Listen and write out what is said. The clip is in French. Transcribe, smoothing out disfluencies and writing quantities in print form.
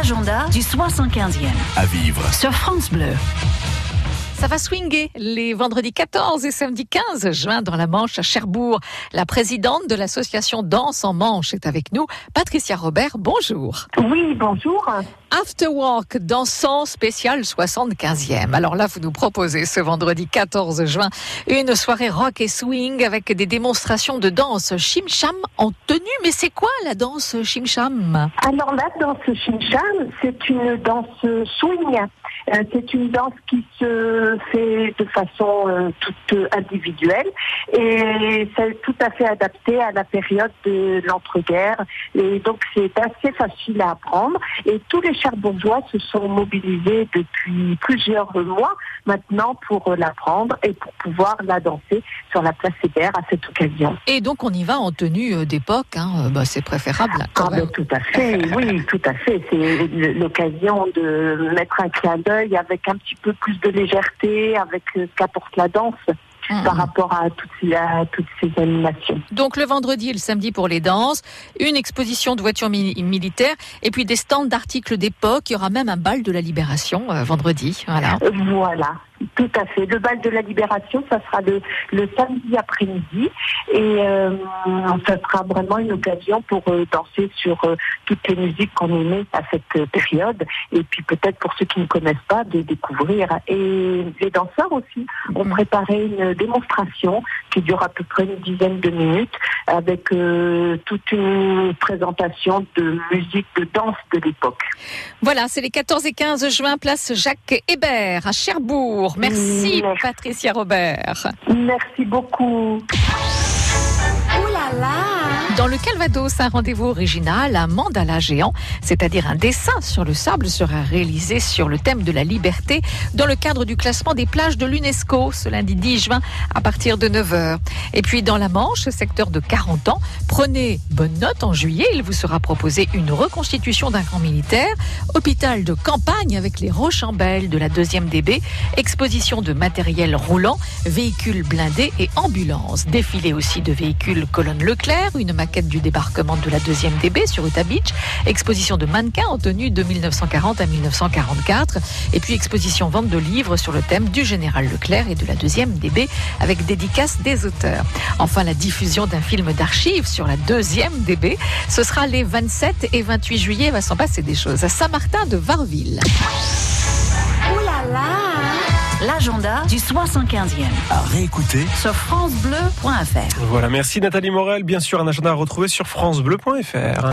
L'agenda du 75e. À vivre Sur France Bleu. Ça va swinguer les vendredis 14 et samedi 15 juin dans la Manche à Cherbourg. La présidente de l'association Danse en Manche est avec nous, Patricia Robert. Bonjour. Oui, bonjour. After Work, dansant spécial 75e. Alors là, vous nous proposez ce vendredi 14 juin une soirée rock et swing avec des démonstrations de danse chim-cham en tenue. Mais c'est quoi la danse chim-cham ? Alors la danse chim-cham, c'est une danse swing. C'est une danse qui se fait de façon toute individuelle et c'est tout à fait adapté à la période de l'entre-guerres. Et donc c'est assez facile à apprendre et tous les Cherbourgeois se sont mobilisés depuis plusieurs mois maintenant pour l'apprendre et pour pouvoir la danser sur la place Hébert à cette occasion. Et donc on y va en tenue d'époque, c'est préférable. Tout à fait, oui, tout à fait. C'est l'occasion de mettre un clin d'œil avec un petit peu plus de légèreté, avec ce qu'apporte la danse. Par rapport à toutes ces animations. Donc le vendredi et le samedi pour les danses, une exposition de voitures militaires et puis des stands d'articles d'époque. Il y aura même un bal de la Libération vendredi. Voilà. Tout à fait. Le bal de la Libération, ça sera le samedi après-midi et ça sera vraiment une occasion pour danser sur toutes les musiques qu'on aimait à cette période et puis peut-être pour ceux qui ne connaissent pas de découvrir. Et les danseurs aussi ont préparé une démonstration qui dure à peu près une dizaine de minutes avec toute une présentation de musique de danse de l'époque. Voilà, c'est les 14 et 15 juin, place Jacques Hébert à Cherbourg. Merci Patricia Robert. Merci beaucoup. Ouh là là. Dans le Calvados, un rendez-vous original, un mandala géant, c'est-à-dire un dessin sur le sable, sera réalisé sur le thème de la liberté dans le cadre du classement des plages de l'UNESCO ce lundi 10 juin à partir de 9h. Et puis dans la Manche, secteur de 40 ans, prenez bonne note, en juillet, il vous sera proposé une reconstitution d'un camp militaire, hôpital de campagne avec les Rochambeles de la 2e DB, exposition de matériel roulant, véhicules blindés et ambulances, défilé aussi de véhicules colonne Leclerc, une maquette du débarquement de la 2e DB sur Utah Beach, exposition de mannequins en tenue de 1940 à 1944, et puis exposition vente de livres sur le thème du général Leclerc et de la 2e DB avec dédicace des auteurs. Enfin, la diffusion d'un film d'archives sur la 2e DB, ce sera les 27 et 28 juillet, il va s'en passer des choses à Saint-Martin de Varville. Ouh là là. L'agenda du 75e. à réécouter Sur francebleu.fr. Voilà, merci Nathalie Morel. Bien sûr, un agenda à retrouver sur francebleu.fr.